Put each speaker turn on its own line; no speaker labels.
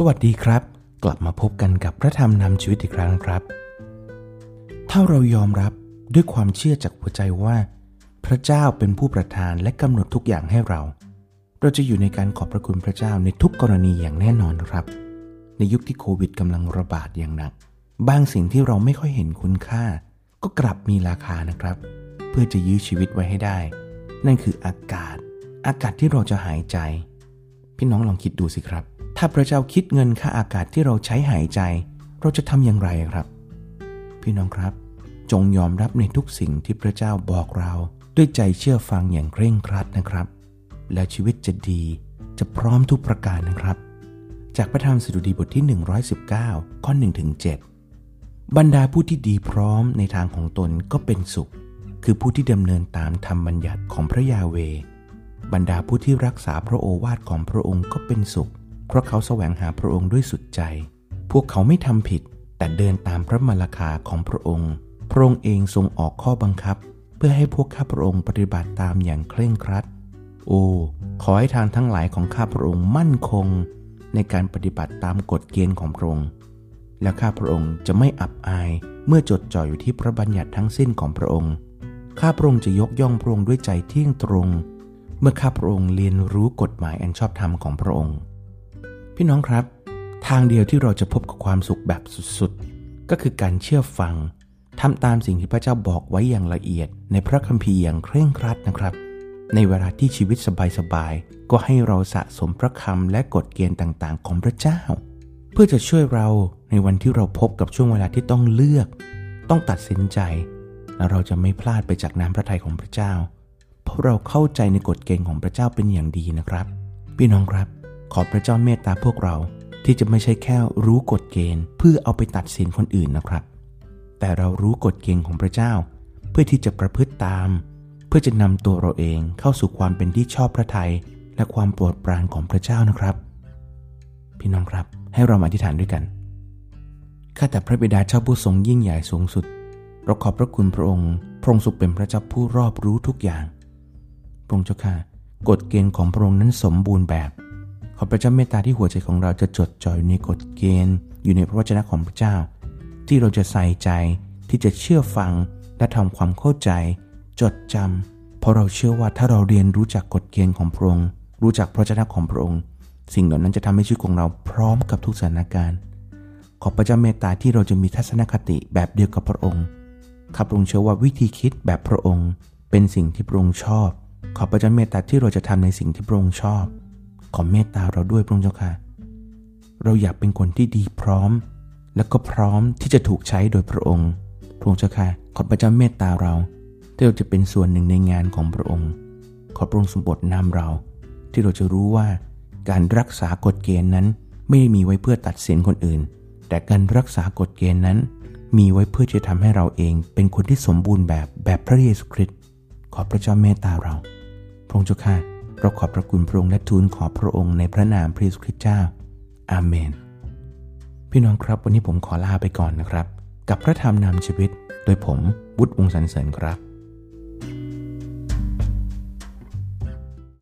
วัสดีครับกลับมาพบกันกับพระธรรมนำชีวิตอีกครั้งครับถ้าเรายอมรับด้วยความเชื่อจากหัวใจว่าพระเจ้าเป็นผู้ประทานและกำหนดทุกอย่างให้เราจะอยู่ในการขอบพระคุณพระเจ้าในทุกกรณีอย่างแน่นอนครับในยุคที่โควิดกำลังระบาดอย่างหนักบางสิ่งที่เราไม่ค่อยเห็นคุณค่าก็กลับมีราคานะครับเพื่อจะยื้อชีวิตไว้ให้ได้นั่นคืออากาศที่เราจะหายใจพี่น้องลองคิดดูสิครับถ้าพระเจ้าคิดเงินค่าอากาศที่เราใช้หายใจเราจะทำอย่างไรครับพี่น้องครับจงยอมรับในทุกสิ่งที่พระเจ้าบอกเราด้วยใจเชื่อฟังอย่างเคร่งครัดนะครับแล้วชีวิตจะดีจะพร้อมทุกประการนะครับจากพระธรรมสดุดีบทที่119ข้อ 1-7 บรรดาผู้ที่ดีพร้อมในทางของตนก็เป็นสุขคือผู้ที่ดำเนินตามธรรมบัญญัติของพระยาห์เวห์บรรดาผู้ที่รักษาพระโอวาทของพระองค์ก็เป็นสุขเพราะเขาแสวงหาพระองค์ด้วยสุดใจพวกเขาไม่ทำผิดแต่เดินตามพระมรรคาของพระองค์พระองค์เองทรงออกข้อบังคับเพื่อให้พวกข้าพระองค์ปฏิบัติตามอย่างเคร่งครัดขอให้ทางทั้งหลายของข้าพระองค์มั่นคงในการปฏิบัติตามกฎเกณฑ์ของพระองค์และข้าพระองค์จะไม่อับอายเมื่อจดจ่ออยู่ที่พระบัญญัติทั้งสิ้นของพระองค์ข้าพระองค์จะยกย่องพระองค์ด้วยใจเที่ยงตรงเมื่อข้าพระองค์เรียนรู้กฎหมายอันชอบธรรมของพระองค์พี่น้องครับทางเดียวที่เราจะพบกับความสุขแบบสุดๆก็คือการเชื่อฟังทำตามสิ่งที่พระเจ้าบอกไว้อย่างละเอียดในพระคัมภีร์อย่างเคร่งครัดนะครับในเวลาที่ชีวิตสบายๆก็ให้เราสะสมพระคำและกฎเกณฑ์ต่างๆของพระเจ้าเพื่อจะช่วยเราในวันที่เราพบกับช่วงเวลาที่ต้องเลือกต้องตัดสินใจและเราจะไม่พลาดไปจากน้ำพระทัยของพระเจ้าเพราะเราเข้าใจในกฎเกณฑ์ของพระเจ้าเป็นอย่างดีนะครับพี่น้องครับขอพระเจ้าเมตตาพวกเราที่จะไม่ใช่แค่รู้กฎเกณฑ์เพื่อเอาไปตัดสินคนอื่นนะครับแต่เรารู้กฎเกณฑ์ของพระเจ้าเพื่อที่จะประพฤติตามเพื่อจะนำตัวเราเองเข้าสู่ความเป็นที่ชอบพระทัยและความโปรดปรานของพระเจ้านะครับพี่น้องครับให้เรามาอธิษฐานด้วยกันข้าแต่พระบิดาเจ้าผู้ทรงยิ่งใหญ่สูงสุดเราขอบพระคุณพระองค์ทรงเป็นพระเจ้าผู้รอบรู้ทุกอย่างพระองค์เจ้าข้ากฎเกณฑ์ของพระองค์นั้นสมบูรณ์แบบขอพระเจ้าเมตตาที่หัวใจของเราจะจดจ่ออยู่ในกฎเกณฑ์อยู่ในพระวจนะของพระเจ้าที่เราจะใส่ใจที่จะเชื่อฟังและทำความเข้าใจจดจำเพราะเราเชื่อว่าถ้าเราเรียนรู้จักกฎเกณฑ์ของพระองค์รู้จักพระวจนะของพระองค์สิ่งเหล่านั้นจะทำให้ชีวิตของเราพร้อมกับทุกสถานการณ์ขอพระเจ้าเมตตาที่เราจะมีทัศนคติแบบเดียวกับพระองค์ข้าพระองค์เชื่อว่าวิธีคิดแบบพระองค์เป็นสิ่งที่พระองค์ชอบขอพระเจ้าเมตตาที่เราจะทำในสิ่งที่พระองค์ชอบขอเมตตาเราด้วยพระองค์เจ้าค่ะเราอยากเป็นคนที่ดีพร้อมและก็พร้อมที่จะถูกใช้โดยพระองค์พระองค์เจ้าค่ะขอพระเจ้าเมตตาเราที่เราจะเป็นส่วนหนึ่งในงานของพระองค์ขอพระองค์ทรงโปรดนำเราที่เราจะรู้ว่าการรักษากฎเกณฑ์นั้นไม่ได้มีไว้เพื่อตัดสินคนอื่นแต่การรักษากฎเกณฑ์นั้นมีไว้เพื่อจะทำให้เราเองเป็นคนที่สมบูรณ์แบบพระเยซูคริสต์ขอพระเจ้าเมตตาเราพระองค์เจ้าข้าเราขอบพระคุณพระองค์และทูลขอพระองค์ในพระนามพระเยซูคริสต์เจ้าอาเมนพี่น้องครับวันนี้ผมขอลาไปก่อนนะครับกับพระธรรมนำชีวิตโดยผมวุฒิวงศ์สรรเสริญครับ